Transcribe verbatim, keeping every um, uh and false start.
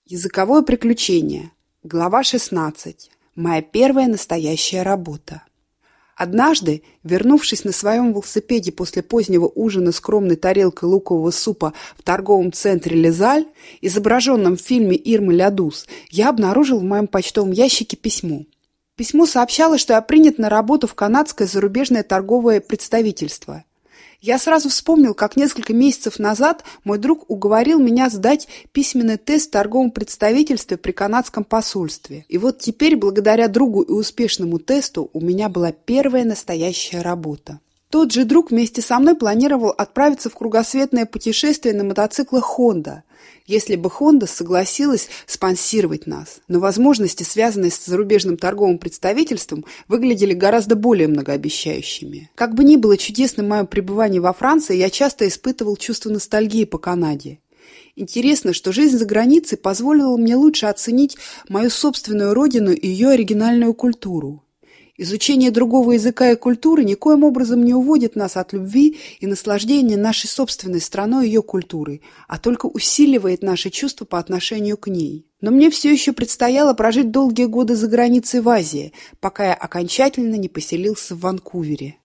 Языковое приключение. Глава шестнадцать. Моя первая настоящая работа. Однажды, вернувшись на своем велосипеде после позднего ужина скромной тарелкой лукового супа в торговом центре «Лезаль», изображенном в фильме Ирмы Лядус, я обнаружил в моем почтовом ящике письмо. Письмо сообщало, что я принят на работу в канадское зарубежное торговое представительство. Я сразу вспомнил, как несколько месяцев назад мой друг уговорил меня сдать письменный тест в торговом представительстве при канадском посольстве. И вот теперь, благодаря другу и успешному тесту, у меня была первая настоящая работа. Тот же друг вместе со мной планировал отправиться в кругосветное путешествие на мотоциклах Honda, если бы Honda согласилась спонсировать нас. Но возможности, связанные с зарубежным торговым представительством, выглядели гораздо более многообещающими. Как бы ни было чудесным мое пребывание во Франции, я часто испытывал чувство ностальгии по Канаде. Интересно, что жизнь за границей позволила мне лучше оценить мою собственную родину и ее оригинальную культуру. Изучение другого языка и культуры никоим образом не уводит нас от любви и наслаждения нашей собственной страной и ее культурой, а только усиливает наши чувства по отношению к ней. Но мне все еще предстояло прожить долгие годы за границей в Азии, пока я окончательно не поселился в Ванкувере.